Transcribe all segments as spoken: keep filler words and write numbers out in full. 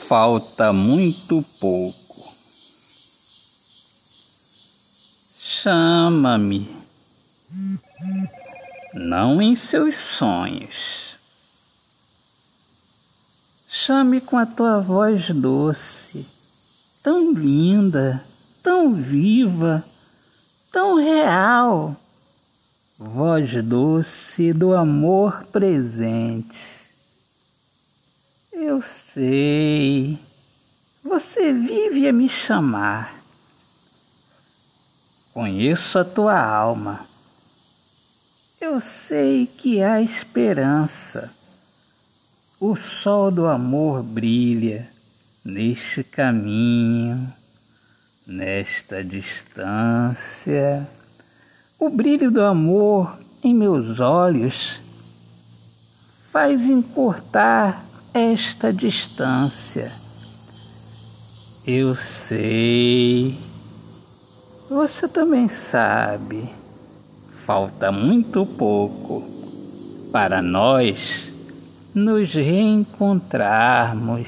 falta muito pouco. Chama-me, não em seus sonhos. Chame com a tua voz doce, tão linda, tão viva, tão real. Voz doce do amor presente. Eu sei, você vive a me chamar. Conheço a tua alma. Eu sei que há esperança. O sol do amor brilha neste caminho, nesta distância. O brilho do amor em meus olhos faz encurtar esta distância. Eu sei, você também sabe, falta muito pouco para nós nos reencontrarmos.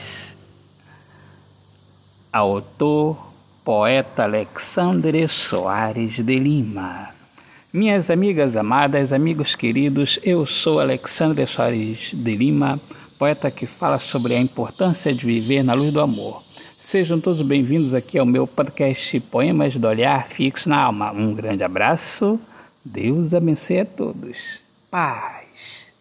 Autor, poeta Alexandre Soares de Lima. Minhas amigas amadas, amigos queridos, eu sou Alexandre Soares de Lima, poeta que fala sobre a importância de viver na luz do amor. Sejam todos bem-vindos aqui ao meu podcast Poemas do Olhar Fixo na Alma. Um grande abraço, Deus abençoe a todos. Paz.